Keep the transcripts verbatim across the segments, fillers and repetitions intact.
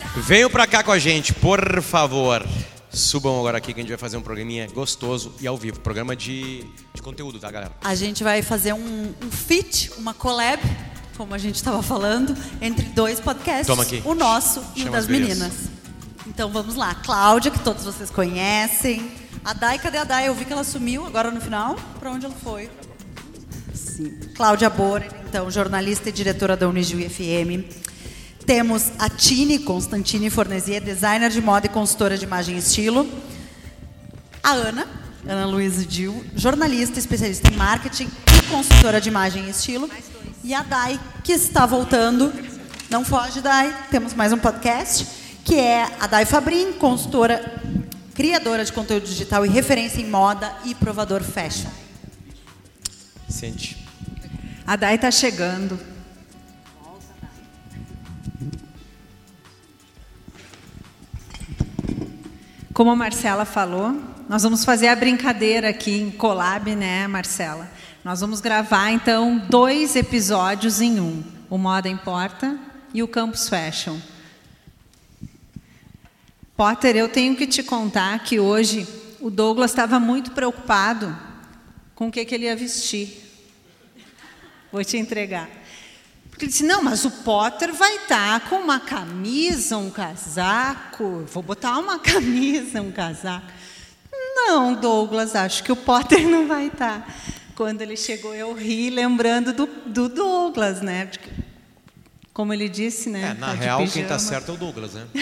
Venham pra cá com a gente, por favor. Subam agora aqui que a gente vai fazer um programinha gostoso e ao vivo. Programa de, de conteúdo, tá, galera? A gente vai fazer um, um feat, uma collab, como a gente estava falando, entre dois podcasts. Toma aqui. O nosso e Chama o das as gurias. meninas. Então vamos lá. Cláudia, que todos vocês conhecem. A Dai, cadê a Dai? Eu vi que ela sumiu agora no final. Pra onde ela foi? Sim. Cláudia Borer, então, jornalista e diretora da Unijuí F M. Temos a Tini Constantini Fornesier, designer de moda e consultora de imagem e estilo. A Ana, Ana Luísa Dil, jornalista, especialista em marketing e consultora de imagem e estilo. E a Dai, que está voltando. Não foge, Dai. Temos mais um podcast, que é a Dai Fabrin, consultora, criadora de conteúdo digital e referência em moda e provador fashion. Sente. A Dai está chegando. Como a Marcela falou, nós vamos fazer a brincadeira aqui em collab, né, Marcela? Nós vamos gravar, então, dois episódios em um. O Moda Importa e o Campus Fashion. Potter, eu tenho que te contar que hoje o Douglas estava muito preocupado com o que, que ele ia vestir. Vou te entregar. Porque ele disse, não, mas o Potter vai estar com uma camisa, um casaco. Vou botar uma camisa, um casaco. Não, Douglas, acho que o Potter não vai estar. Quando ele chegou, eu ri, lembrando do, do Douglas, né? Porque, como ele disse, né? É, na tá real, quem está certo é o Douglas, né?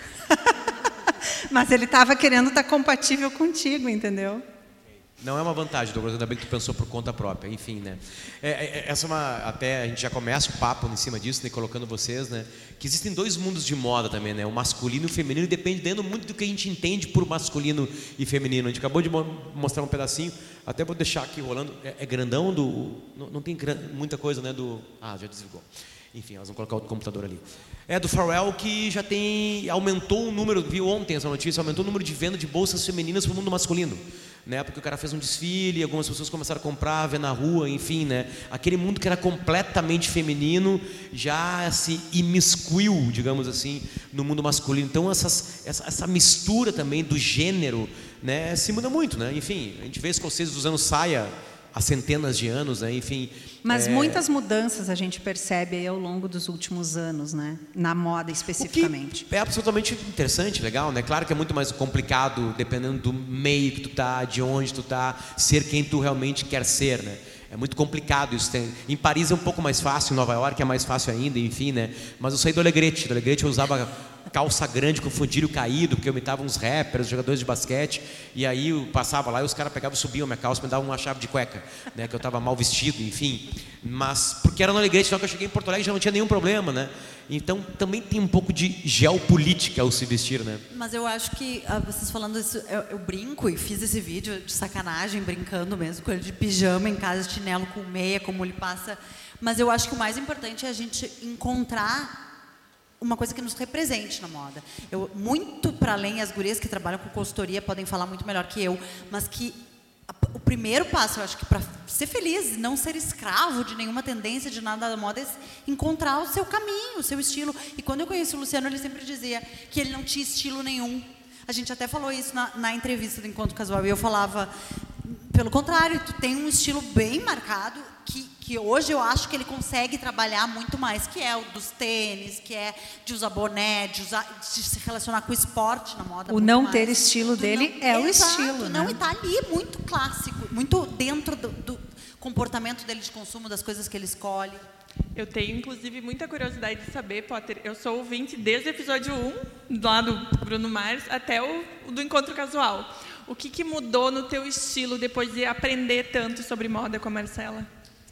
Mas ele estava querendo estar compatível contigo, entendeu? Não é uma vantagem, Douglas, ainda bem que tu pensou por conta própria, enfim, né? É, é, essa é uma, até a gente já começa o papo em cima disso, né, colocando vocês, né? Que existem dois mundos de moda também, né? O masculino e o feminino, dependendo muito do que a gente entende por masculino e feminino. A gente acabou de mo mostrar um pedacinho, até vou deixar aqui rolando. É, é grandão do... Não, não tem gran, muita coisa, né? Do... Ah, já desligou. Enfim, elas vão colocar outro computador ali. É do Pharrell, que já tem... Aumentou o número, vi ontem essa notícia, aumentou o número de venda de bolsas femininas para o mundo masculino. Né, porque o cara fez um desfile, algumas pessoas começaram a comprar, ver na rua, enfim, né? Aquele mundo que era completamente feminino já se imiscuiu, digamos assim, no mundo masculino. Então essas, essa, essa mistura também do gênero, né, se muda muito, né? Enfim, a gente vê escoceses usando saia há centenas de anos, né? Enfim. Mas é... muitas mudanças a gente percebe aí ao longo dos últimos anos, né? Na moda especificamente. O que é absolutamente interessante, legal, né? Claro que é muito mais complicado, dependendo do meio que tu tá, de onde tu tá, ser quem tu realmente quer ser, né? É muito complicado isso. Tem... Em Paris é um pouco mais fácil, em Nova York é mais fácil ainda, enfim, né? Mas eu saí do Alegrete. Do Alegrete eu usava calça grande com fundilho caído, porque eu imitava uns rappers, jogadores de basquete, e aí eu passava lá e os caras pegavam e subiam minha calça, me davam uma chave de cueca, né? Que eu estava mal vestido, enfim. Mas, porque era no Alegrete, então que eu cheguei em Porto Alegre já não tinha nenhum problema, né? Então, também tem um pouco de geopolítica ao se vestir, né? Mas eu acho que, ah, vocês falando isso, eu, eu brinco e fiz esse vídeo de sacanagem, brincando mesmo, com ele de pijama em casa, de chinelo com meia, como ele passa. Mas eu acho que o mais importante é a gente encontrar uma coisa que nos represente na moda. Eu, muito para além, as gurias que trabalham com consultoria podem falar muito melhor que eu, mas que a, o primeiro passo, eu acho que para ser feliz, não ser escravo de nenhuma tendência, de nada da moda, é encontrar o seu caminho, o seu estilo. E quando eu conheci o Luciano, ele sempre dizia que ele não tinha estilo nenhum. A gente até falou isso na, na entrevista do Encontro Casual, e eu falava, pelo contrário, tu tem um estilo bem marcado, que, que hoje eu acho que ele consegue trabalhar muito mais, que é o dos tênis, que é de usar boné, de, usar, de se relacionar com o esporte na moda. O não mais. ter estilo Tu dele não, é o exato, estilo, não, né? e tá ali muito clássico, muito dentro do, do comportamento dele de consumo, das coisas que ele escolhe. Eu tenho, inclusive, muita curiosidade de saber, Potter, eu sou ouvinte desde o episódio um, lá do Bruno Mars, até o, o do Encontro Casual. O que, que mudou no teu estilo depois de aprender tanto sobre moda com a Marcela?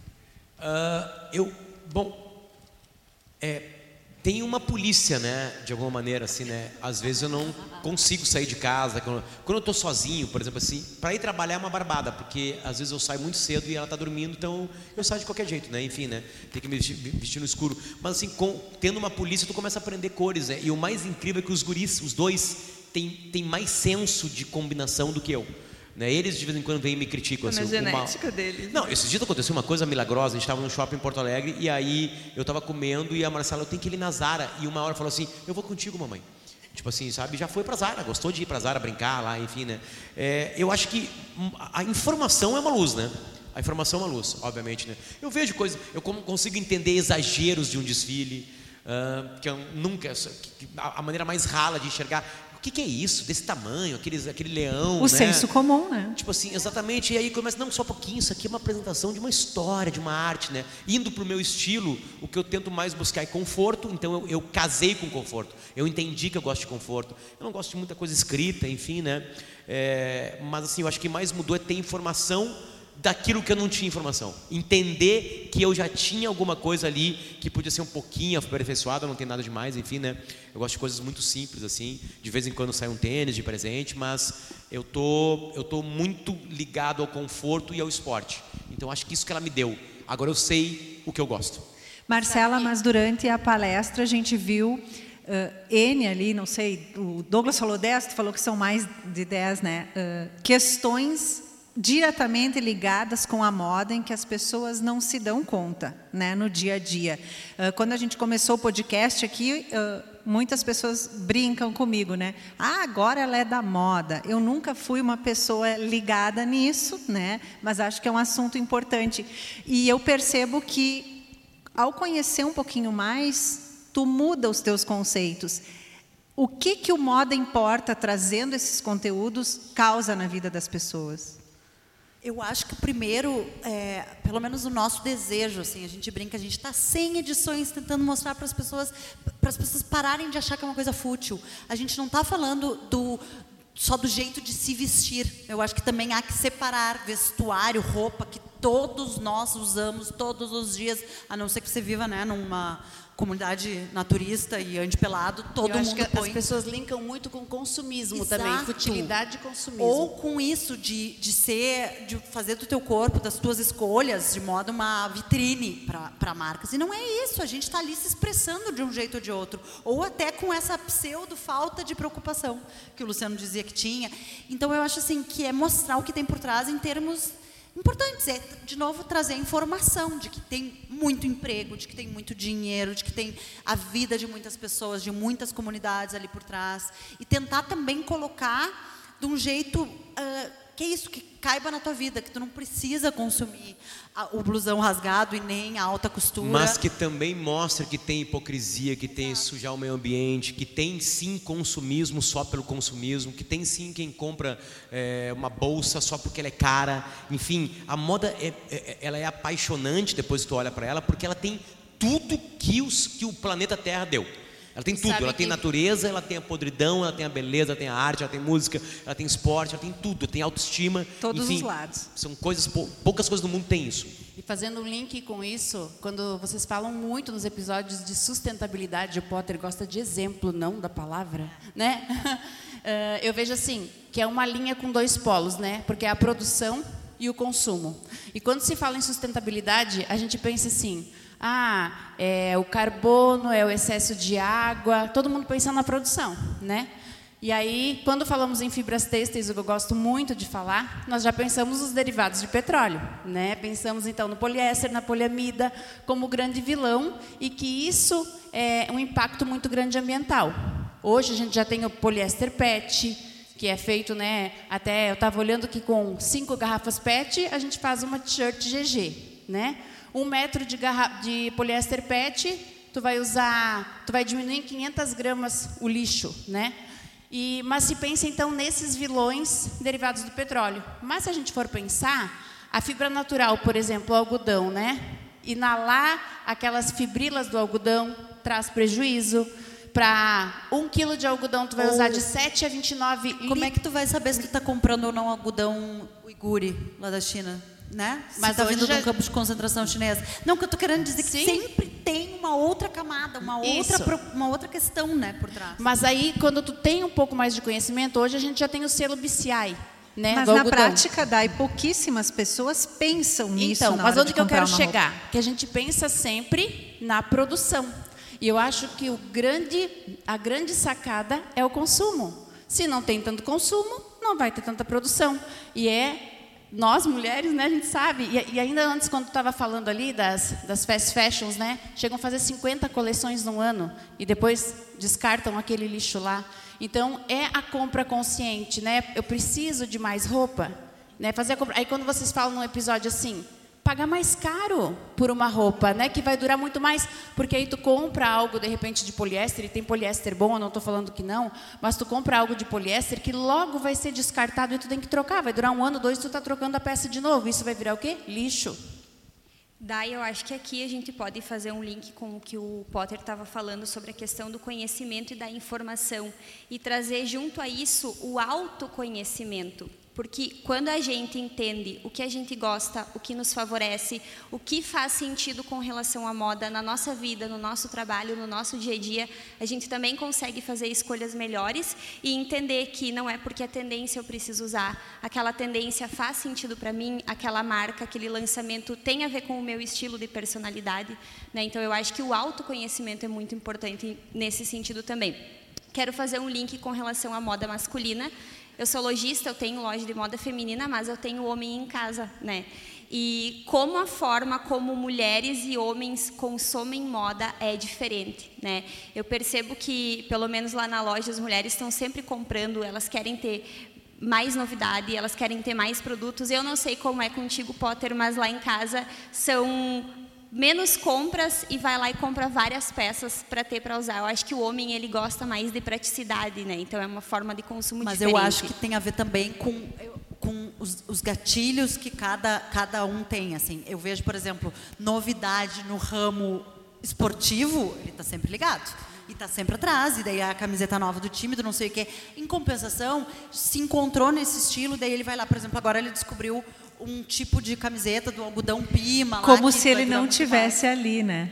Uh, eu, bom, é, tem uma polícia, né, de alguma maneira, assim, né, às vezes eu não consigo sair de casa, quando, quando eu estou sozinho, por exemplo, assim, para ir trabalhar é uma barbada, porque às vezes eu saio muito cedo e ela está dormindo, então eu saio de qualquer jeito, né, enfim, né, tem que me vestir, vestir no escuro, mas assim, com, tendo uma polícia, tu começa a aprender cores, né, e o mais incrível é que os guris, os dois, têm, têm mais senso de combinação do que eu. Né? Eles de vez em quando vêm e me criticam. Tá na assim, uma... genética deles. Não, esses dias aconteceu uma coisa milagrosa. A gente estava num shopping em Porto Alegre e aí eu estava comendo e a Marcela, eu tenho que ir na Zara. E uma hora falou assim, eu vou contigo, mamãe. Tipo assim, sabe? Já foi pra Zara, gostou de ir pra Zara brincar lá, enfim, né? É, eu acho que a informação é uma luz, né? A informação é uma luz, obviamente, né? Eu vejo coisas, eu consigo entender exageros de um desfile, uh, que eu nunca, que, a maneira mais rala de enxergar. O que, que é isso, desse tamanho, aqueles, aquele leão, o né? senso comum, né? Tipo assim, exatamente, e aí começa, não, só um pouquinho, isso aqui é uma apresentação de uma história, de uma arte, né? Indo pro meu estilo, o que eu tento mais buscar é conforto, então eu, eu casei com conforto, eu entendi que eu gosto de conforto, eu não gosto de muita coisa escrita, enfim, né? É, mas assim, eu acho que mais mudou é ter informação daquilo que eu não tinha informação, entender que eu já tinha alguma coisa ali que podia ser um pouquinho aperfeiçoada, não tem nada demais, enfim, né? Eu gosto de coisas muito simples assim, de vez em quando sai um tênis de presente, mas eu tô, eu tô muito ligado ao conforto e ao esporte, então acho que isso que ela me deu, agora eu sei o que eu gosto. Marcela, mas durante a palestra a gente viu uh, N ali, não sei, o Douglas falou dez, tu falou que são mais de dez, né? Uh, questões diretamente ligadas com a moda em que as pessoas não se dão conta, né, no dia a dia. Uh, quando a gente começou o podcast aqui, uh, muitas pessoas brincam comigo, né? Ah, agora ela é da moda. Eu nunca fui uma pessoa ligada nisso, né? Mas acho que é um assunto importante. E eu percebo que, ao conhecer um pouquinho mais, tu muda os teus conceitos. O que que o Moda Importa, trazendo esses conteúdos, causa na vida das pessoas? Eu acho que o primeiro, é, pelo menos o nosso desejo, assim, a gente brinca, a gente está cem edições tentando mostrar para as pessoas, para as pessoas pararem de achar que é uma coisa fútil. A gente não está falando do, só do jeito de se vestir. Eu acho que também há que separar vestuário, roupa, que todos nós usamos todos os dias, a não ser que você viva, né, numa comunidade naturista e antipelado, todo Eu acho mundo que põe. as pessoas linkam muito com consumismo. Exato. Também, futilidade e consumismo. Ou com isso de, de ser, de fazer do teu corpo, das tuas escolhas de moda uma vitrine para marcas. E não é isso, a gente está ali se expressando de um jeito ou de outro. Ou até com essa pseudo falta de preocupação que o Luciano dizia que tinha. Então eu acho assim que é mostrar o que tem por trás em termos importantes, é, de novo, trazer a informação de que tem muito emprego, de que tem muito dinheiro, de que tem a vida de muitas pessoas, de muitas comunidades ali por trás, e tentar também colocar de um jeito, uh, que é isso, que caiba na tua vida, que tu não precisa consumir a, o blusão rasgado e nem a alta costura. Mas que também mostra que tem hipocrisia, que tem sujar o meio ambiente, que tem sim consumismo só pelo consumismo, que tem sim quem compra é, uma bolsa só porque ela é cara. Enfim, a moda é, é, ela é apaixonante depois que tu olha para ela, porque ela tem tudo que, os, que o planeta Terra deu. Ela tem tudo, Sabe ela tem que... natureza, ela tem a podridão, ela tem a beleza, ela tem a arte, ela tem música, ela tem esporte, ela tem tudo, ela tem autoestima. Todos enfim, os lados. São coisas, poucas coisas no mundo têm isso. E fazendo um link com isso, quando vocês falam muito nos episódios de sustentabilidade, o Potter gosta de exemplo, não da palavra, né? Uh, eu vejo assim, que é uma linha com dois polos, né? Porque é a produção e o consumo. E quando se fala em sustentabilidade, a gente pensa assim, ah, é o carbono, é o excesso de água, todo mundo pensando na produção, né? E aí, quando falamos em fibras têxteis, o que eu gosto muito de falar, nós já pensamos nos derivados de petróleo, né? Pensamos então no poliéster, na poliamida, como grande vilão, e que isso é um impacto muito grande ambiental. Hoje a gente já tem o poliéster P E T, que é feito, né? Até eu estava olhando que com cinco garrafas P E T a gente faz uma t-shirt G G, né? Um metro de, garra de poliéster P E T, tu vai usar, tu vai diminuir em quinhentas gramas o lixo, né? E, mas se pensa então nesses vilões derivados do petróleo. Mas se a gente for pensar, a fibra natural, por exemplo, o algodão, né? Inalar aquelas fibrilas do algodão traz prejuízo. Para um quilo de algodão, tu vai usar de sete a vinte e nove litros. Como é que tu vai saber se tu está comprando ou não algodão uiguri lá da China? Né? Se Mas tá vindo já... de um campo de concentração chinês. Não, o que eu estou querendo dizer é que Sim. sempre tem uma outra camada, uma outra, uma outra questão, né, por trás. Mas aí, quando tu tem um pouco mais de conhecimento, hoje a gente já tem o selo B C I, né? Mas do na algodão. prática, Dai, pouquíssimas pessoas pensam nisso Então, na mas hora onde de que eu comprar quero uma chegar? roupa. Que a gente pensa sempre na produção. E eu acho que o grande, a grande sacada é o consumo. Se não tem tanto consumo, não vai ter tanta produção. E é... Nós, mulheres, né, a gente sabe, e, e ainda antes, quando tu estava falando ali das, das fast fashions, né, chegam a fazer cinquenta coleções no ano e depois descartam aquele lixo lá. Então, é a compra consciente, né? Eu preciso de mais roupa, né? Fazer a compra. Aí, quando vocês falam num episódio assim, pagar mais caro por uma roupa, né, que vai durar muito mais, porque aí tu compra algo, de repente, de poliéster, e tem poliéster bom, eu não estou falando que não, mas tu compra algo de poliéster que logo vai ser descartado e tu tem que trocar, vai durar um ano, dois, tu está trocando a peça de novo, isso vai virar o quê? Lixo. Daí eu acho que aqui a gente pode fazer um link com o que o Potter estava falando sobre a questão do conhecimento e da informação, e trazer junto a isso o autoconhecimento. Porque quando a gente entende o que a gente gosta, o que nos favorece, o que faz sentido com relação à moda na nossa vida, no nosso trabalho, no nosso dia a dia, a gente também consegue fazer escolhas melhores e entender que não é porque a tendência eu preciso usar, aquela tendência faz sentido para mim, aquela marca, aquele lançamento tem a ver com o meu estilo de personalidade, né? Então eu acho que o autoconhecimento é muito importante nesse sentido também. Quero fazer um link com relação à moda masculina. Eu sou lojista, eu tenho loja de moda feminina, mas eu tenho homem em casa, né? E como a forma como mulheres e homens consomem moda é diferente, né? Eu percebo que, pelo menos lá na loja, as mulheres estão sempre comprando, elas querem ter mais novidade, elas querem ter mais produtos. Eu não sei como é contigo, Potter, mas lá em casa são menos compras e vai lá e compra várias peças para ter para usar. Eu acho que o homem ele gosta mais de praticidade, né? Então é uma forma de consumo Mas diferente. eu acho que tem a ver também com, com os, os gatilhos que cada, cada um tem. Assim, eu vejo, por exemplo, novidade no ramo esportivo, ele está sempre ligado. E está sempre atrás, e daí a camiseta nova do time, do não sei o quê. Em compensação, se encontrou nesse estilo, daí ele vai lá, por exemplo, agora ele descobriu um tipo de camiseta do algodão Pima. Como lá, se ele não tivesse mais. ali, né?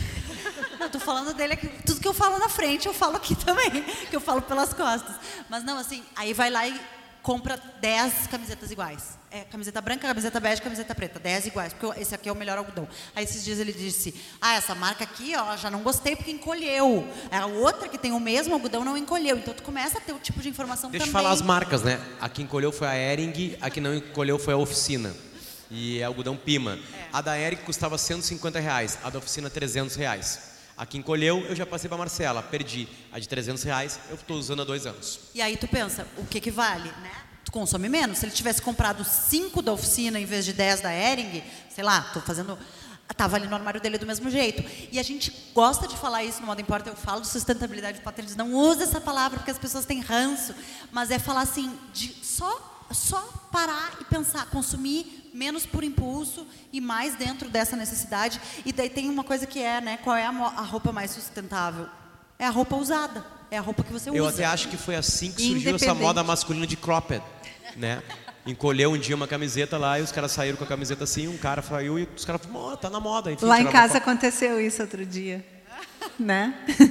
Não, tô falando dele aqui. Tudo que eu falo na frente, eu falo aqui também. Que eu falo pelas costas. Mas não, assim, aí vai lá e compra dez camisetas iguais. É, camiseta branca, camiseta bege, camiseta preta. dez iguais, porque esse aqui é o melhor algodão. Aí esses dias ele disse, ah, essa marca aqui, ó, já não gostei porque encolheu. A outra que tem o mesmo algodão não encolheu. Então tu começa a ter o tipo de informação Deixa também. eu falar as marcas, né? A que encolheu foi a Hering, a que não encolheu foi a Oficina. E é algodão Pima. É. A da Hering custava cento e cinquenta reais, a da Oficina trezentos reais. A que encolheu, eu já passei para Marcela, perdi. A de trezentos reais, eu estou usando há dois anos. E aí tu pensa, o que que vale, né? Tu consome menos. Se ele tivesse comprado cinco da Oficina em vez de dez da Hering, sei lá, tô fazendo... Estava ali no armário dele do mesmo jeito. E a gente gosta de falar isso no Moda Importa. Eu falo de sustentabilidade, o Potter diz, não usa essa palavra porque as pessoas têm ranço. Mas é falar assim, de só, só parar e pensar, consumir menos por impulso e mais dentro dessa necessidade. E daí tem uma coisa que é, né, qual é a, a roupa mais sustentável? É a roupa usada. É a roupa que você usa. Eu até acho que foi assim que surgiu essa moda masculina de cropped, né? Encolheu um dia uma camiseta lá e os caras saíram com a camiseta assim, um cara saiu e os caras falaram, oh, tá na moda. Enfim, lá em casa aconteceu isso outro dia, né?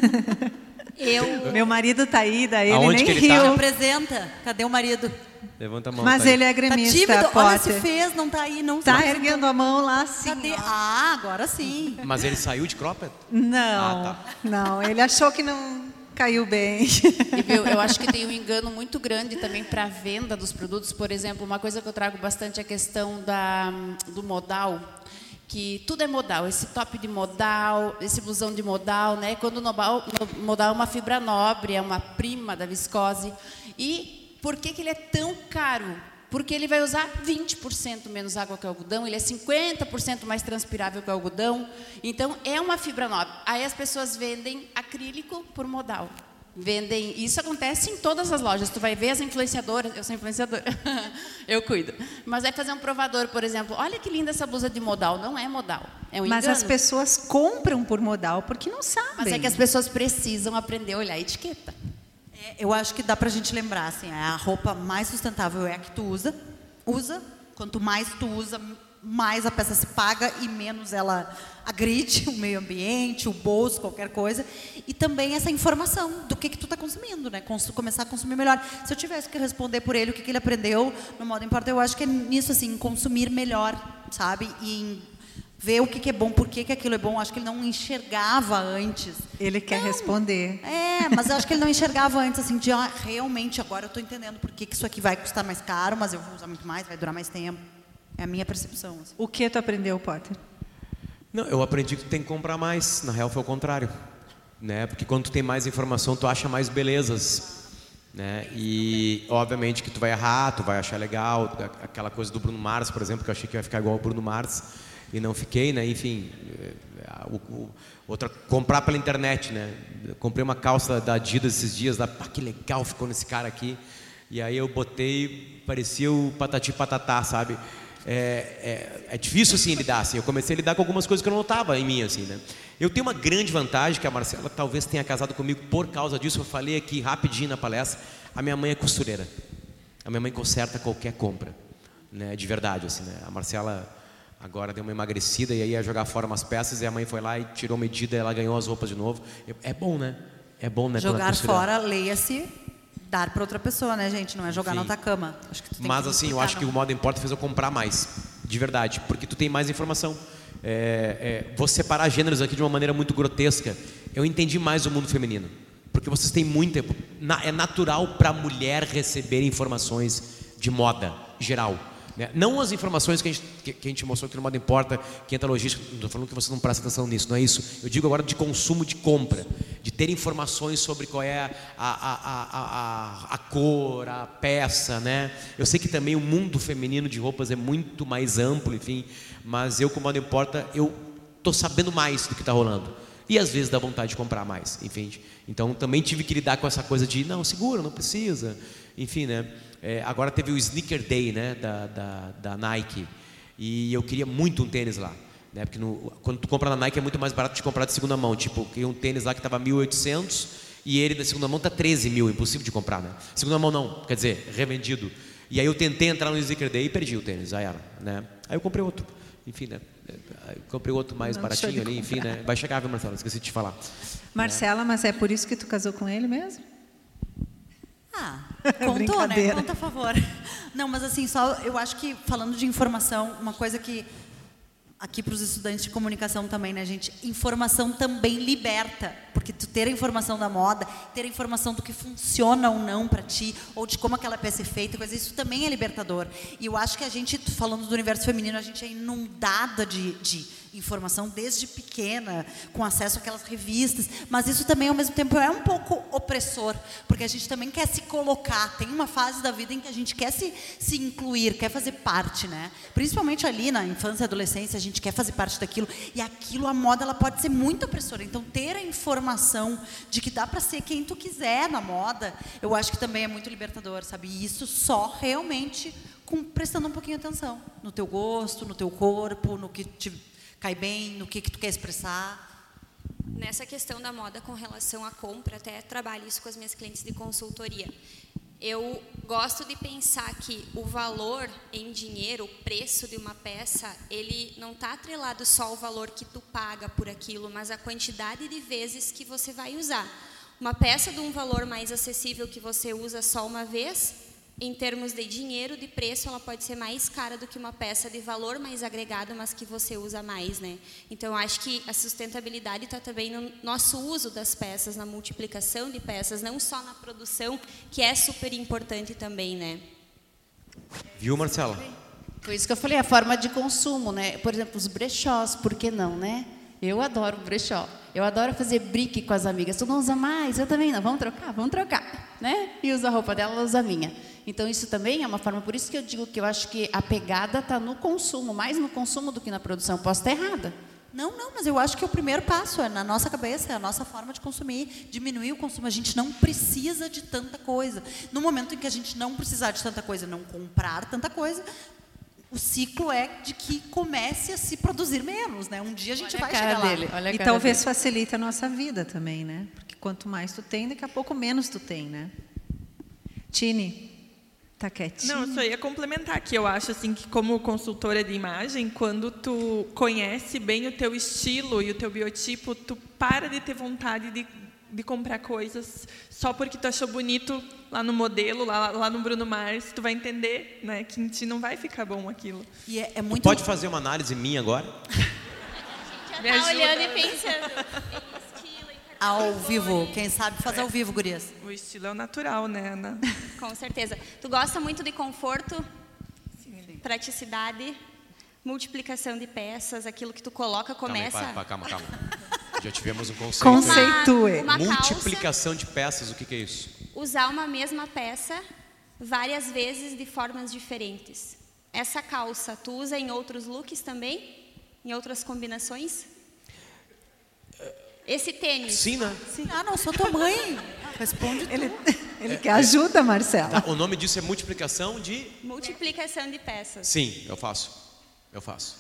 Eu... Meu marido tá aí, daí ele Aonde nem que ele riu. tá? Apresenta. Cadê o marido? Levanta a mão. Mas tá ele é Tá gremista, tímido? Potter. Olha, se fez, não tá aí, não. Tá se erguendo a mão lá assim. Cadê? ó. Ah, agora sim. Mas ele saiu de cropped? Não, Ah, tá. não, ele achou que não caiu bem. E, viu, eu acho que tem um engano muito grande também para a venda dos produtos. Por exemplo, uma coisa que eu trago bastante é a questão da, do modal, que tudo é modal, esse top de modal, esse blusão de modal, né? Quando o modal, modal é uma fibra nobre, é uma prima da viscose. E por que que ele é tão caro? Porque ele vai usar vinte por cento menos água que o algodão, ele é cinquenta por cento mais transpirável que o algodão. Então, é uma fibra nobre. Aí as pessoas vendem acrílico por modal. Vendem, isso acontece em todas as lojas. Tu vai ver as influenciadoras, eu sou influenciadora, eu cuido. Mas vai fazer um provador, por exemplo, olha que linda essa blusa de modal. Não é modal, é um Mas engano. as pessoas compram por modal porque não sabem. Mas é que as pessoas precisam aprender a olhar a etiqueta. É, eu acho que dá pra gente lembrar, assim, a roupa mais sustentável é a que tu usa. Usa. Quanto mais tu usa, mais a peça se paga e menos ela agride o meio ambiente, o bolso, qualquer coisa. E também essa informação do que que tu está consumindo, né? Cons- começar a consumir melhor. Se eu tivesse que responder por ele o que que ele aprendeu no Moda Importa, eu acho que é nisso, assim, em consumir melhor, sabe? E em Ver o que, que é bom, por que, que aquilo é bom. Acho que ele não enxergava antes. Ele quer Não. responder. É, mas eu acho que ele não enxergava antes, assim, de ah, realmente agora eu estou entendendo por que, que isso aqui vai custar mais caro, mas eu vou usar muito mais, vai durar mais tempo. É a minha percepção. Assim. O que tu aprendeu, Potter? Não, eu aprendi que tu tem que comprar mais. Na real foi o contrário, né? Porque quando tu tem mais informação, tu acha mais belezas, né? E obviamente que tu vai errar, tu vai achar legal. Aquela coisa do Bruno Mars, por exemplo, que eu achei que ia ficar igual ao Bruno Mars e não fiquei, né? Enfim, o, o, outra, comprar pela internet, né? Eu comprei uma calça da Adidas esses dias, lá, ah, que legal ficou nesse cara aqui. E aí eu botei, parecia o Patati Patatá, sabe? É, é, é difícil assim lidar, assim. Eu comecei a lidar com algumas coisas que eu não notava em mim, assim, né? Eu tenho uma grande vantagem, que a Marcela talvez tenha casado comigo por causa disso. Eu falei aqui rapidinho na palestra. A minha mãe é costureira. A minha mãe conserta qualquer compra, né? De verdade, assim, né? A Marcela agora deu uma emagrecida e aí ia jogar fora umas peças e a mãe foi lá e tirou medida e ela ganhou as roupas de novo. É bom, né? É bom, né? Jogar fora, leia-se, dar para outra pessoa, né, gente? Não é jogar Enfim. na outra cama. Acho que tu tem Mas que assim, eu explicar, acho que não. o Moda Importa fez eu comprar mais, de verdade, porque tu tem mais informação. É, é, vou separar gêneros aqui de uma maneira muito grotesca. Eu entendi mais o mundo feminino, porque vocês têm muita... É natural para a mulher receber informações de moda geral, né? Não as informações que a, gente, que, que a gente mostrou aqui no Moda Importa, que entra logística. Não estou falando que você não presta atenção nisso, não é isso. Eu digo agora de consumo, de compra, de ter informações sobre qual é a, a, a, a, a cor, a peça, né? Eu sei que também o mundo feminino de roupas é muito mais amplo, enfim, mas eu, com o Moda Importa, eu estou sabendo mais do que está rolando. E às vezes dá vontade de comprar mais, enfim. Então também tive que lidar com essa coisa de não, segura, não precisa, enfim, né? É, agora teve o Sneaker Day, né, da, da, da Nike, e eu queria muito um tênis lá, né? Porque no, quando tu compra na Nike é muito mais barato de comprar de segunda mão. Tipo, eu um tênis lá que estava mil e oitocentos e ele da segunda mão está treze mil, impossível de comprar, né? Segunda mão não, quer dizer, revendido. E aí eu tentei entrar no Sneaker Day e perdi o tênis, já era, né? Aí eu comprei outro, enfim, né? Eu comprei outro mais Não baratinho ali, de enfim, né? Vai chegar, viu, Marcela? Esqueci de te falar. Marcela, mas é por isso que tu casou com ele mesmo? Ah, contou, né? Brincadeira. Conta, a favor. Não, mas assim, só eu acho que falando de informação, uma coisa que aqui para os estudantes de comunicação também, né, gente? Informação também liberta, porque tu ter a informação da moda, ter a informação do que funciona ou não para ti, ou de como aquela peça é feita, coisa, isso também é libertador. E eu acho que a gente, falando do universo feminino, a gente é inundada de, de informação desde pequena, com acesso àquelas revistas, mas isso também ao mesmo tempo é um pouco opressor, porque a gente também quer se colocar, tem uma fase da vida em que a gente quer se, se incluir, quer fazer parte, né? Principalmente ali na infância e adolescência, a gente quer fazer parte daquilo, e aquilo, a moda, ela pode ser muito opressora, então ter a informação de que dá para ser quem tu quiser na moda, eu acho que também é muito libertador, sabe? E isso só realmente com, prestando um pouquinho de atenção no teu gosto, no teu corpo, no que te cai bem, no que, que tu quer expressar. Nessa questão da moda com relação à compra, até trabalho isso com as minhas clientes de consultoria. Eu gosto de pensar que o valor em dinheiro, o preço de uma peça, ele não está atrelado só ao valor que tu paga por aquilo, mas a quantidade de vezes que você vai usar. Uma peça de um valor mais acessível que você usa só uma vez, em termos de dinheiro, de preço, ela pode ser mais cara do que uma peça de valor mais agregado, mas que você usa mais, né? Então, eu acho que a sustentabilidade está também no nosso uso das peças, na multiplicação de peças, não só na produção, que é super importante também, né? Viu, Marcela? Foi isso que eu falei, a forma de consumo, né? Por exemplo, os brechós, por que não, né? Eu adoro brechó. Eu adoro fazer brique com as amigas. Tu não usa mais? Eu também não. Vamos trocar? Vamos trocar, né? E usa a roupa dela, ela usa a minha. Então, isso também é uma forma... Por isso que eu digo que eu acho que a pegada está no consumo, mais no consumo do que na produção. Posso estar errada. Não, não, mas eu acho que o primeiro passo é na nossa cabeça, é a nossa forma de consumir, diminuir o consumo. A gente não precisa de tanta coisa. No momento em que a gente não precisar de tanta coisa, não comprar tanta coisa, o ciclo é de que comece a se produzir menos, né? Um dia a gente Olha vai a cara chegar lá. dele, olha a E cara talvez dele. facilite a nossa vida também, né? Porque quanto mais tu tem, daqui a pouco menos tu tem, né? Tini, tá quietinha? Não, eu só ia complementar que eu acho assim que como consultora de imagem, quando tu conhece bem o teu estilo e o teu biotipo, tu para de ter vontade de, de comprar coisas só porque tu achou bonito lá no modelo, lá, lá no Bruno Mars. Tu vai entender, né, que em ti não vai ficar bom aquilo. E é, é muito... Pode fazer uma análise minha agora? Me tá ajuda. olhando e pensando em estilo, em Ao cartões, vivo, quem sabe fazer ao vivo, gurias. O estilo é o natural, né, Ana? Com certeza. Tu gosta muito de conforto, praticidade, multiplicação de peças, aquilo que tu coloca começa... Calma, aí, calma, calma. Já tivemos um conceito. Conceitue. Uma Multiplicação de peças, o que, que é isso? Usar uma mesma peça várias vezes de formas diferentes. Essa calça, tu usa em outros looks também? Em outras combinações? Esse tênis. Sim, né? Sim. Ah, não, sou tua mãe. Responde. Ele, ele quer ajuda, Marcela. Tá, o nome disso é multiplicação de... Multiplicação de peças. Sim, eu faço. Eu faço.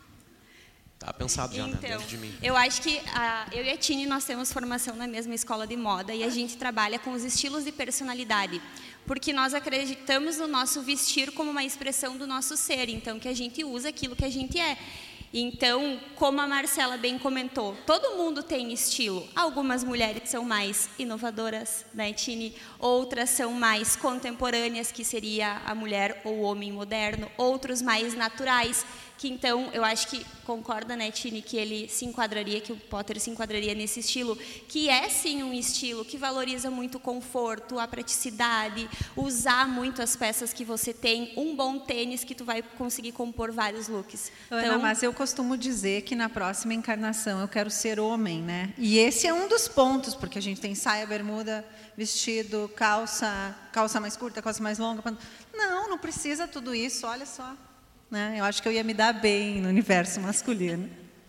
Tá pensado já, né? Então, Dentro de mim. eu acho que a, eu e a Tini, nós temos formação na mesma escola de moda e a gente trabalha com os estilos de personalidade, porque nós acreditamos no nosso vestir como uma expressão do nosso ser, então que a gente usa aquilo que a gente é. Então, como a Marcela bem comentou, todo mundo tem estilo. Algumas mulheres são mais inovadoras, né, Tini? Outras são mais contemporâneas, que seria a mulher ou o homem moderno. Outros mais naturais, que então, eu acho que concorda, né, Tini, que ele se enquadraria, que o Potter se enquadraria nesse estilo, que é sim um estilo que valoriza muito o conforto, a praticidade, usar muito as peças que você tem, um bom tênis que tu vai conseguir compor vários looks. Ana, Então, mas eu costumo dizer que na próxima encarnação eu quero ser homem, né? E esse é um dos pontos, porque a gente tem saia, bermuda, vestido, calça, calça mais curta, calça mais longa. Não, não precisa tudo isso, olha só. Né? Eu acho que eu ia me dar bem no universo masculino.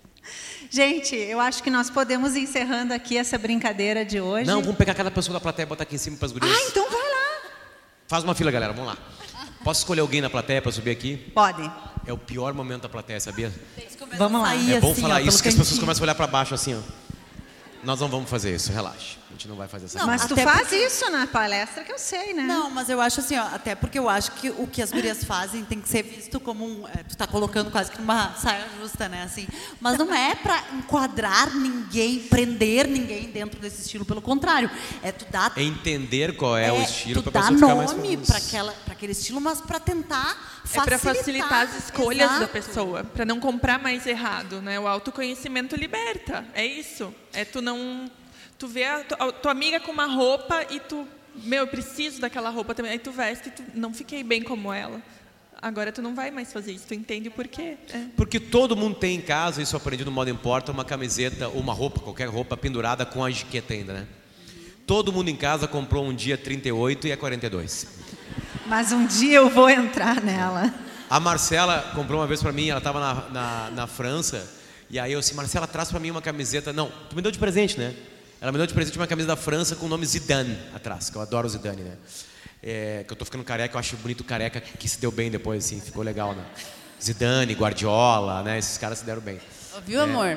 Gente, eu acho que nós podemos ir encerrando aqui essa brincadeira de hoje. Não, vamos pegar cada pessoa da plateia e botar aqui em cima para as gurias. Ah, então vai lá. Faz uma fila, galera, vamos lá. Posso escolher alguém na plateia para subir aqui? Pode. É o pior momento da plateia, sabia? Vamos lá. Sair É bom assim, falar ó, isso, pelo que as pessoas cantinho. começam a olhar para baixo assim, ó. Nós não vamos fazer isso, relaxa. A gente não vai fazer essa Não, coisa. Mas tu até faz porque- isso na palestra que eu sei, né? Não, mas eu acho assim, ó, até porque eu acho que o que as gurias fazem tem que ser visto como um, é, tu tá colocando quase que uma saia justa, né, assim. Mas não é para enquadrar ninguém, prender ninguém dentro desse estilo, pelo contrário, é tu dar É entender qual é, o estilo tu para a dar pessoa ficar mais nome feliz. para aquela, para aquele estilo, mas para tentar É facilitar. para facilitar as escolhas da Exato. pessoa, para não comprar mais errado, né? O autoconhecimento liberta, é isso. É tu não, tu vê a, tu- a tua amiga com uma roupa e tu, meu, eu preciso daquela roupa também. Aí tu veste e tu não fiquei bem como ela. Agora tu não vai mais fazer isso, tu entende o porquê. É. Porque todo mundo tem em casa, isso eu aprendi no Moda Importa, uma camiseta ou uma roupa, qualquer roupa pendurada com a etiqueta ainda, né? Todo mundo em casa comprou um dia trinta e oito e a quarenta e dois. Mas um dia eu vou entrar nela. A Marcela comprou uma vez pra mim, ela estava na, na, na França, e aí eu disse, Marcela, traz pra mim uma camiseta. Não, tu me deu de presente, né? Ela me deu de presente uma camisa da França com o nome Zidane atrás, que eu adoro o Zidane, né? É, que eu tô ficando careca, eu acho bonito o careca que se deu bem depois, assim, ficou legal, né? Zidane, Guardiola, né? Esses caras se deram bem. Ouviu, amor?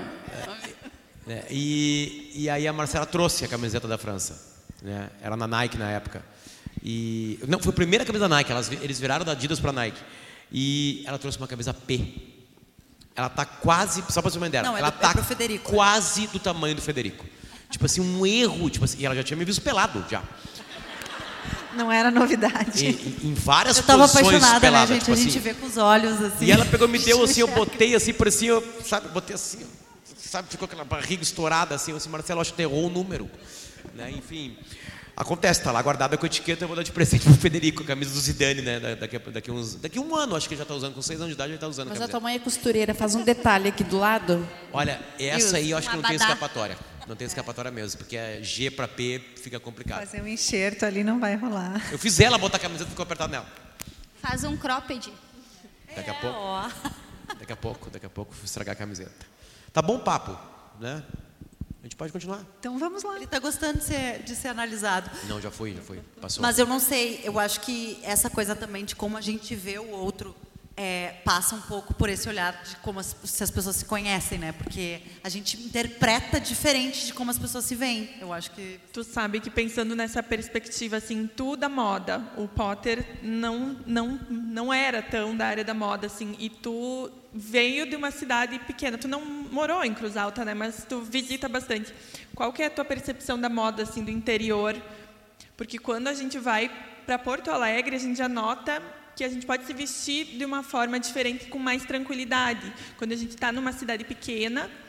Né? E, e aí a Marcela trouxe a camiseta da França, né? Era na Nike na época. E não, foi a primeira camisa da Nike, elas, vi- eles viraram da Adidas para Nike. E ela trouxe uma camisa P. Ela tá quase, só para você uma ideia, Não, é ela do- é tá pro Federico. quase do tamanho do Federico. Tipo assim, um erro, tipo assim, e ela já tinha me visto pelado já. Não era novidade. E, e- em várias Eu tava posições apaixonada, pelada, né, gente? tipo a gente assim. vê com os olhos, assim. E ela pegou, me deu assim, eu botei assim, parecia, eu, sabe, botei assim, sabe, ficou aquela barriga estourada assim, eu disse, Marcelo, acho que errou o número, né, enfim. Acontece, tá lá guardada com a etiqueta, eu vou dar de presente pro Federico, a camisa do Zidane, né, da- daqui, a- daqui, uns, daqui a um ano, acho que ele já tá usando, com seis anos de idade ele tá usando a Mas a camiseta. tua mãe é costureira, faz um detalhe aqui do lado. Olha, essa aí eu acho que não tem abadá. escapatória, não tem escapatória mesmo, porque é G pra P fica complicado. Fazer um enxerto ali não vai rolar. Eu fiz ela botar a camiseta e ficou apertado nela. faz um cropped. Daqui a É, pouco, ó. daqui a pouco, daqui a pouco vou estragar a camiseta. Tá bom o papo, né? A gente pode continuar? Então vamos lá. Ele tá gostando de ser, de ser analisado. Não, já foi, já foi. Passou. Mas eu não sei, eu acho que essa coisa também de como a gente vê o outro é, passa um pouco por esse olhar de como as, se as pessoas se conhecem, né? Porque a gente interpreta diferente de como as pessoas se veem. Eu acho que Tu sabe que pensando nessa perspectiva assim, tu da moda, o Potter não não não era tão da área da moda assim, e tu veio de uma cidade pequena. Tu não morou em Cruz Alta, né? Mas tu visita bastante. Qual que é a tua percepção da moda assim do interior? Porque quando a gente vai para Porto Alegre, a gente já nota que a gente pode se vestir de uma forma diferente, com mais tranquilidade. Quando a gente está numa cidade pequena,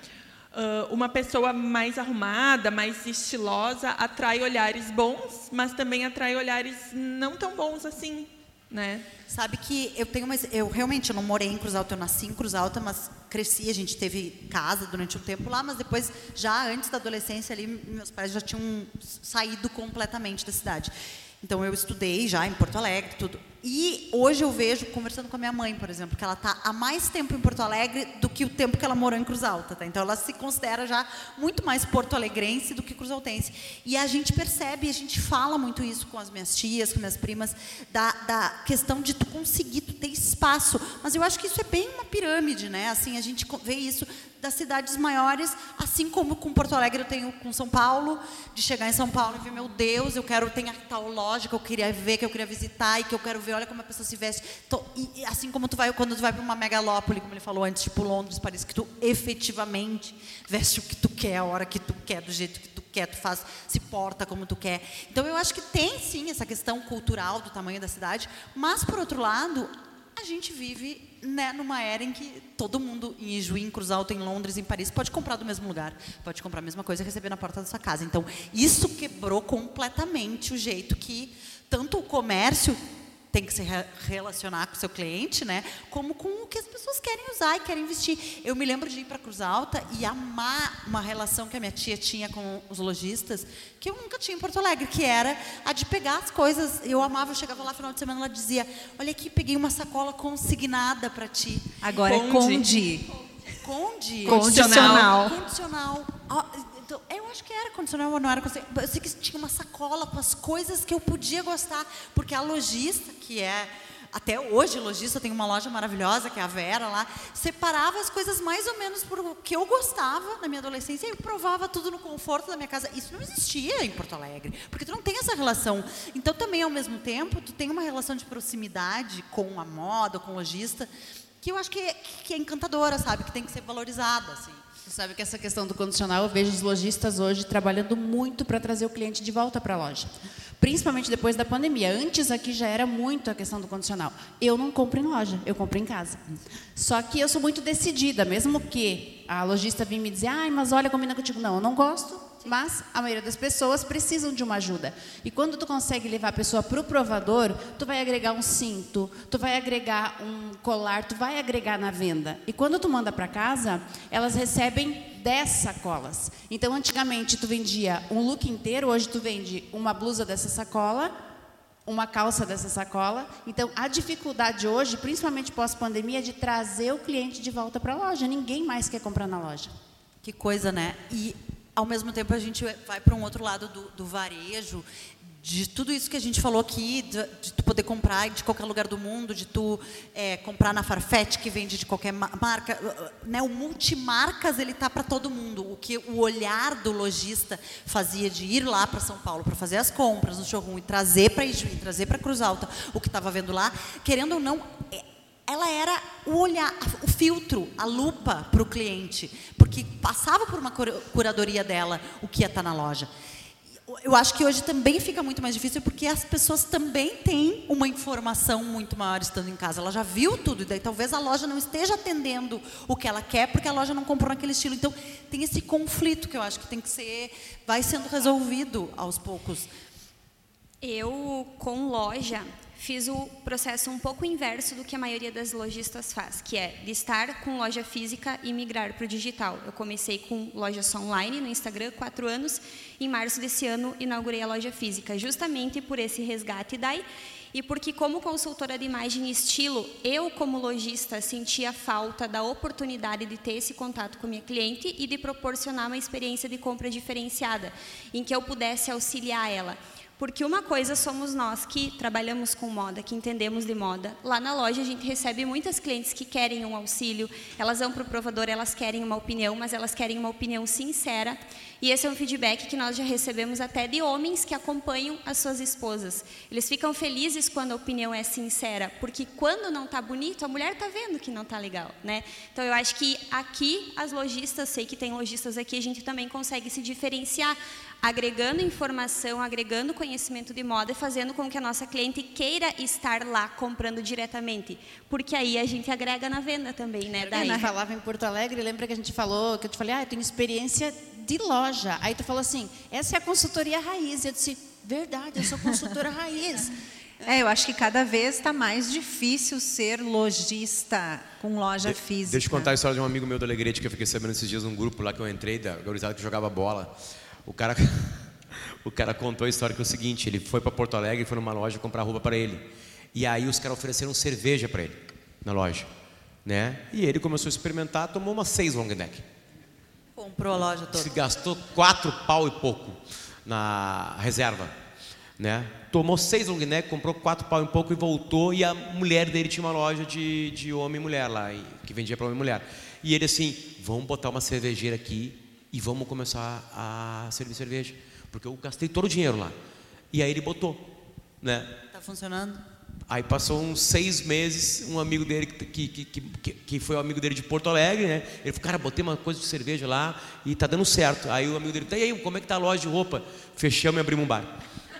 Uh, uma pessoa mais arrumada, mais estilosa, atrai olhares bons, mas também atrai olhares não tão bons assim, né? Sabe que eu tenho uma, eu realmente eu não morei em Cruz Alta, eu nasci em Cruz Alta, mas cresci, a gente teve casa durante um tempo lá, mas depois, já antes da adolescência ali, meus pais já tinham saído completamente da cidade. Então eu estudei já em Porto Alegre, tudo. E hoje eu vejo, conversando com a minha mãe, por exemplo, que ela está há mais tempo em Porto Alegre do que o tempo que ela morou em Cruz Alta, tá? Então ela se considera já muito mais porto-alegrense do que cruzaltense. E a gente percebe, a gente fala muito isso com as minhas tias, com minhas primas, da, da questão de tu conseguir, tu ter espaço. Mas eu acho que isso é bem uma pirâmide, né? Assim, a gente vê isso das cidades maiores, assim como com Porto Alegre eu tenho com São Paulo, de chegar em São Paulo e ver, meu Deus, eu quero, tem a tal loja que eu queria ver, que eu queria visitar e que eu quero ver, olha como a pessoa se veste. Tô, e, e assim como tu vai, quando tu vai para uma megalópole, como ele falou antes, tipo Londres, Paris, que tu efetivamente veste o que tu quer, a hora que tu quer, do jeito que tu quer, tu faz, se porta como tu quer. Então eu acho que tem sim essa questão cultural do tamanho da cidade, mas por outro lado, a gente vive, né, numa era em que todo mundo em Ijuí, em Cruz Alta, em Londres, em Paris, pode comprar do mesmo lugar, pode comprar a mesma coisa e receber na porta da sua casa. Então, isso quebrou completamente o jeito que tanto o comércio tem que se re relacionar com o seu cliente, né, como com o que as pessoas querem usar e querem vestir. Eu me lembro de ir para Cruz Alta e amar uma relação que a minha tia tinha com os lojistas, que eu nunca tinha em Porto Alegre, que era a de pegar as coisas. Eu amava, eu chegava lá no final de semana, ela dizia, olha aqui, peguei uma sacola consignada para ti. Agora é Conde. Conde. Condicional. Condicional. Ah, então, eu acho que era condicional ou não era condicional. Eu sei que tinha uma sacola com as coisas que eu podia gostar, porque a lojista, que é, até hoje, lojista, tem uma loja maravilhosa, que é a Vera lá, separava as coisas mais ou menos por o que eu gostava na minha adolescência e eu provava tudo no conforto da minha casa. Isso não existia em Porto Alegre, porque tu não tem essa relação. Então, também, ao mesmo tempo, tu tem uma relação de proximidade com a moda, com o lojista, que eu acho que é, que é encantadora, sabe? Que tem que ser valorizada, assim. Você sabe que essa questão do condicional, eu vejo os lojistas hoje trabalhando muito para trazer o cliente de volta para a loja. Principalmente depois da pandemia. Antes aqui já era muito a questão do condicional. Eu não compro em loja, eu compro em casa. Só que eu sou muito decidida, mesmo que a lojista vinha me dizer, ai, mas olha, combina contigo. Não, eu não gosto, mas a maioria das pessoas precisam de uma ajuda. E quando tu consegue levar a pessoa para o provador, tu vai agregar um cinto, tu vai agregar um colar, tu vai agregar na venda. E quando tu manda para casa, elas recebem dez sacolas. Então, antigamente, tu vendia um look inteiro, hoje tu vende uma blusa dessa sacola, uma calça dessa sacola. Então, a dificuldade hoje, principalmente pós-pandemia, é de trazer o cliente de volta para a loja. Ninguém mais quer comprar na loja. Que coisa, né? E, ao mesmo tempo, a gente vai para um outro lado do, do varejo, de tudo isso que a gente falou aqui, de, de tu poder comprar de qualquer lugar do mundo, de tu é, comprar na Farfetch, que vende de qualquer marca, né? O multimarcas, ele tá para todo mundo. O que o olhar do lojista fazia de ir lá para São Paulo para fazer as compras no showroom e trazer para Ijuí, trazer para Cruz Alta o que estava vendo lá, querendo ou não, ela era o olhar, o filtro, a lupa para o cliente, porque passava por uma curadoria dela o que ia estar na loja. Eu acho que hoje também fica muito mais difícil, porque as pessoas também têm uma informação muito maior estando em casa. Ela já viu tudo, e daí talvez a loja não esteja atendendo o que ela quer, porque a loja não comprou naquele estilo. Então, tem esse conflito que eu acho que tem que ser, vai sendo resolvido aos poucos. Eu, com loja, fiz o processo um pouco inverso do que a maioria das lojistas faz, que é de estar com loja física e migrar para o digital. Eu comecei com loja só online no Instagram, quatro anos. Em março desse ano, inaugurei a loja física, justamente por esse resgate daí. E porque, como consultora de imagem e estilo, eu, como lojista, sentia falta da oportunidade de ter esse contato com a minha cliente e de proporcionar uma experiência de compra diferenciada, em que eu pudesse auxiliar ela. Porque uma coisa somos nós que trabalhamos com moda, que entendemos de moda. Lá na loja a gente recebe muitas clientes que querem um auxílio, elas vão para o provador, elas querem uma opinião, mas elas querem uma opinião sincera. E esse é um feedback que nós já recebemos até de homens que acompanham as suas esposas. Eles ficam felizes quando a opinião é sincera, porque quando não está bonito, a mulher está vendo que não está legal, né? Então eu acho que aqui as lojistas, sei que tem lojistas aqui, a gente também consegue se diferenciar. agregando informação, agregando conhecimento de moda e fazendo com que a nossa cliente queira estar lá comprando diretamente. Porque aí a gente agrega na venda também, né? Daí. Eu falava em Porto Alegre, lembra que a gente falou, que eu te falei, ah, eu tenho experiência de loja. Aí tu falou assim, essa é a consultoria raiz. Eu disse, verdade, eu sou consultora raiz. É, eu acho que cada vez está mais difícil ser lojista com loja De, física. Deixa eu contar a história de um amigo meu do Alegrete, que eu fiquei sabendo esses dias num grupo lá que eu entrei, da gurizada que jogava bola. O cara, o cara contou a história que é o seguinte, ele foi para Porto Alegre, foi numa loja comprar roupa para ele. E aí os caras ofereceram cerveja para ele, na loja. Né? E ele começou a experimentar, tomou umas seis long neck. Comprou a loja toda. Se gastou quatro pau e pouco na reserva. Né? Tomou seis long neck, comprou quatro pau e pouco e voltou. E a mulher dele tinha uma loja de, de homem e mulher lá, que vendia para homem e mulher. E ele assim, vamos botar uma cervejeira aqui e vamos começar a servir cerveja. Porque eu gastei todo o dinheiro lá. E aí ele botou. Né? Tá funcionando? Aí passou uns seis meses, um amigo dele, que, que, que, que foi o amigo dele de Porto Alegre, né? Ele falou, cara, botei uma coisa de cerveja lá e tá dando certo. Aí o amigo dele, tá, e aí, como é que tá a loja de roupa? Fechamos e abrimos um bar.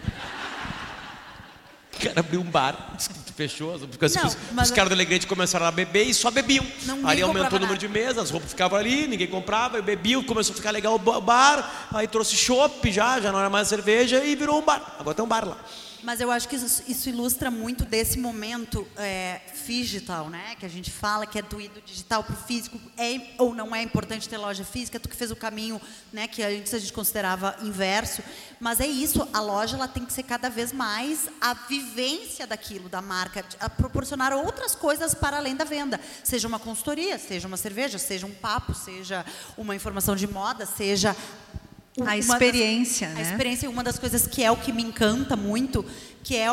O cara abriu um bar, fechou, porque não, os, os caras do Alegrete começaram a beber e só bebiam. Aí aumentou o número de mesas, as roupas ficavam ali, ninguém comprava, bebiam, começou a ficar legal o bar, aí trouxe chopp já, já não era mais cerveja e virou um bar. Agora tem um bar lá. Mas eu acho que isso, isso ilustra muito desse momento é, digital, né? Que a gente fala que é do, do digital para o físico. É ou não é importante ter loja física? Tu que fez o caminho, né? Que antes a gente considerava inverso. Mas é isso, a loja ela tem que ser cada vez mais a vivência daquilo, da marca, a proporcionar outras coisas para além da venda. Seja uma consultoria, seja uma cerveja, seja um papo, seja uma informação de moda, seja... A experiência, das, né? A experiência, uma das coisas que é o que me encanta muito, que é a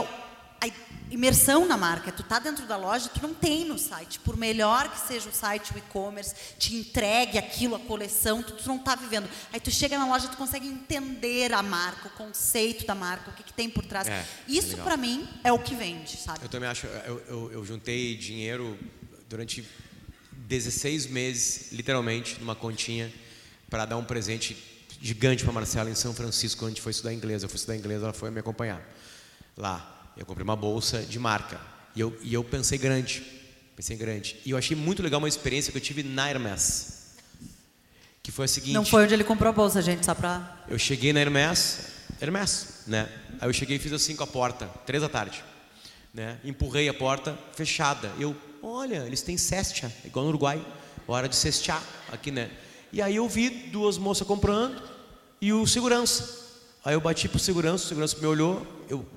imersão na marca. Tu tá dentro da loja, tu não tem no site. Por melhor que seja o site, o e-commerce, te entregue aquilo, a coleção, tu, tu não tá vivendo. Aí tu chega na loja, tu consegue entender a marca, o conceito da marca, o que, que tem por trás. É, Isso, é para mim, é o que vende, sabe? Eu também acho, eu, eu, eu juntei dinheiro durante dezesseis meses, literalmente, numa continha, para dar um presente gigante para a Marcela em São Francisco, quando a gente foi estudar inglês. Eu fui estudar inglês, ela foi me acompanhar lá. Eu comprei uma bolsa de marca e eu, e eu pensei grande, pensei grande. E eu achei muito legal uma experiência que eu tive na Hermès, que foi a seguinte. Não foi onde ele comprou a bolsa, gente, só para... Eu cheguei na Hermès, Hermès, né? Aí eu cheguei e fiz assim com a porta, três da tarde, né? Empurrei a porta, fechada. Eu, olha, eles têm cesta, igual no Uruguai, hora de cestear aqui, né? E aí eu vi duas moças comprando e o segurança. Aí eu bati pro segurança, o segurança me olhou, eu...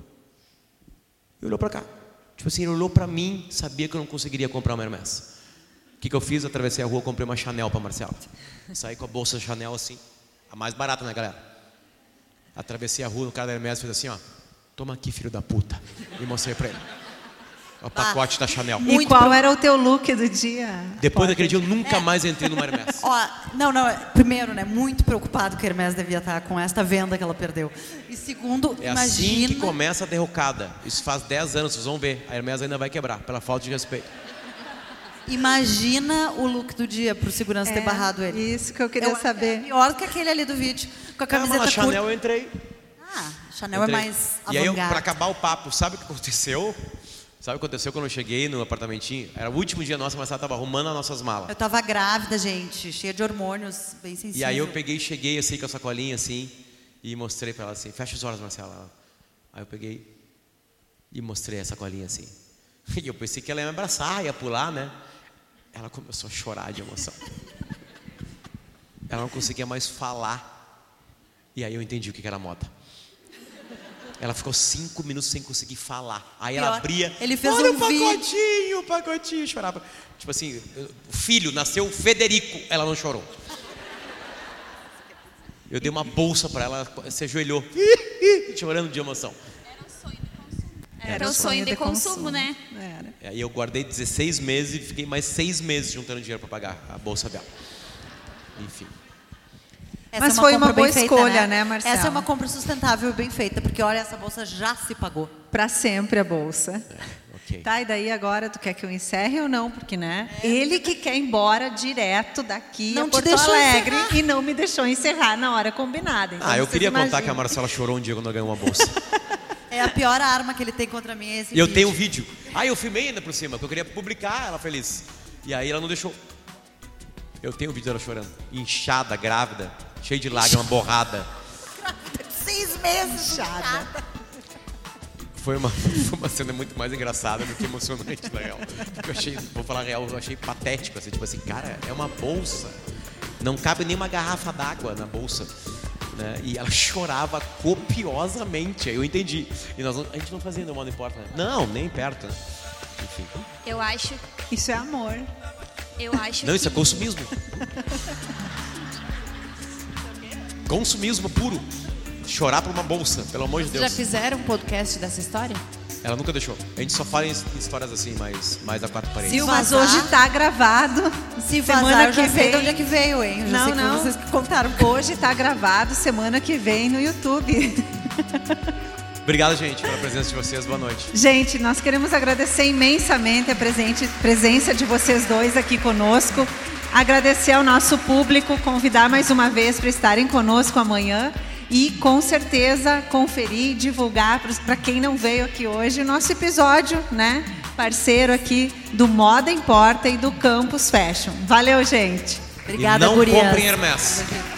Ele olhou para cá. Tipo assim, ele olhou para mim, sabia que eu não conseguiria comprar uma Hermès. O que, que eu fiz? Atravessei a rua, comprei uma Chanel para Marcela. Saí com a bolsa Chanel assim, a mais barata, né, galera? Atravessei a rua, o cara da Hermès fez assim, ó. Toma aqui, filho da puta. E mostrei para ele. O pacote ah, da Chanel. E qual pro... era o teu look do dia? Depois Pode. daquele dia eu nunca é. mais entrei numa Hermès. Ó, não, não, primeiro, né, muito preocupado que a Hermès devia estar com esta venda que ela perdeu. E segundo, é imagina... assim que começa a derrocada. Isso faz dez anos, vocês vão ver. A Hermès ainda vai quebrar, pela falta de respeito. Imagina o look do dia pro segurança é, ter barrado ele. Isso que eu queria eu, saber. É pior que aquele ali do vídeo, com a camiseta curta. Na Chanel eu entrei. Ah, Chanel entrei. É mais E aí, para acabar o papo, sabe o que aconteceu? Sabe o que aconteceu quando eu cheguei no apartamentinho? Era o último dia nosso, mas ela estava arrumando as nossas malas. Eu estava grávida, gente, cheia de hormônios, bem sensível. E aí eu peguei e cheguei assim com a sacolinha assim e mostrei para ela assim, fecha os olhos, Marcela. Aí eu peguei e mostrei a sacolinha assim. E eu pensei que ela ia me abraçar, ia pular, né? Ela começou a chorar de emoção. Ela não conseguia mais falar. E aí eu entendi o que era moda. Ela ficou cinco minutos sem conseguir falar. Aí Pior, ela abria. Ele fez olha um o pacotinho, o pacotinho. Chorava. Tipo assim, o filho nasceu o Federico. Ela não chorou. Eu dei uma bolsa para ela, ela se ajoelhou. Chorando de emoção. Era o sonho de consumo. Era, Era o sonho, sonho de, de consumo, consumo, né? Era. E eu guardei dezesseis meses e fiquei mais seis meses juntando dinheiro para pagar a bolsa dela. Enfim. Essa Mas é uma foi uma boa feita, escolha, né, né, Marcela? Essa é uma compra sustentável e bem feita, porque olha, essa bolsa já se pagou. Para sempre a bolsa. É, Ok. Tá, e daí agora tu quer que eu encerre ou não? Porque, né? É. Ele que quer ir embora direto daqui não a Porto Alegre encerrar. E não me deixou encerrar na hora combinada. Então, ah, eu queria imaginam. contar que a Marcela chorou um dia quando ela ganhou uma bolsa. É a pior arma que ele tem contra mim, é esse E eu vídeo. tenho um vídeo. Ah, eu filmei ainda por cima, porque eu queria publicar ela feliz. E aí ela não deixou. Eu tenho um vídeo dela chorando. Inchada, grávida, cheia de lágrima, borrada. Seis meses inchada. Foi uma, foi uma cena muito mais engraçada do que emocionante, na real. Porque eu achei, vou falar a real, eu achei patético. Assim, tipo assim, cara, é uma bolsa. Não cabe nem uma garrafa d'água na bolsa. Né? E ela chorava copiosamente. Aí eu entendi. E nós não, a gente não fazia no Não Importa. Né? Não, nem perto. Né? Enfim. Eu acho... Isso é amor. Eu acho Não, que... isso é consumismo. Consumismo puro. Chorar por uma bolsa, pelo amor de Deus. Já fizeram um podcast dessa história? Ela nunca deixou. A gente só fala em histórias assim, mais, mais a quatro paredes. Se Mas vazar, hoje tá gravado. Se Semana vazar, eu já que sei vem. de onde é que veio, hein? Eu já Não, sei que não. vocês que contaram. Hoje tá gravado, semana que vem no YouTube. Obrigado, gente, pela presença de vocês. Boa noite. Gente, nós queremos agradecer imensamente a presente, presença de vocês dois aqui conosco. Agradecer ao nosso público, convidar mais uma vez para estarem conosco amanhã. E, com certeza, conferir e divulgar para quem não veio aqui hoje o nosso episódio, né? Parceiro aqui do Moda Importa e do Campus Fashion. Valeu, gente. Obrigada, e não gurias. comprem Hermès.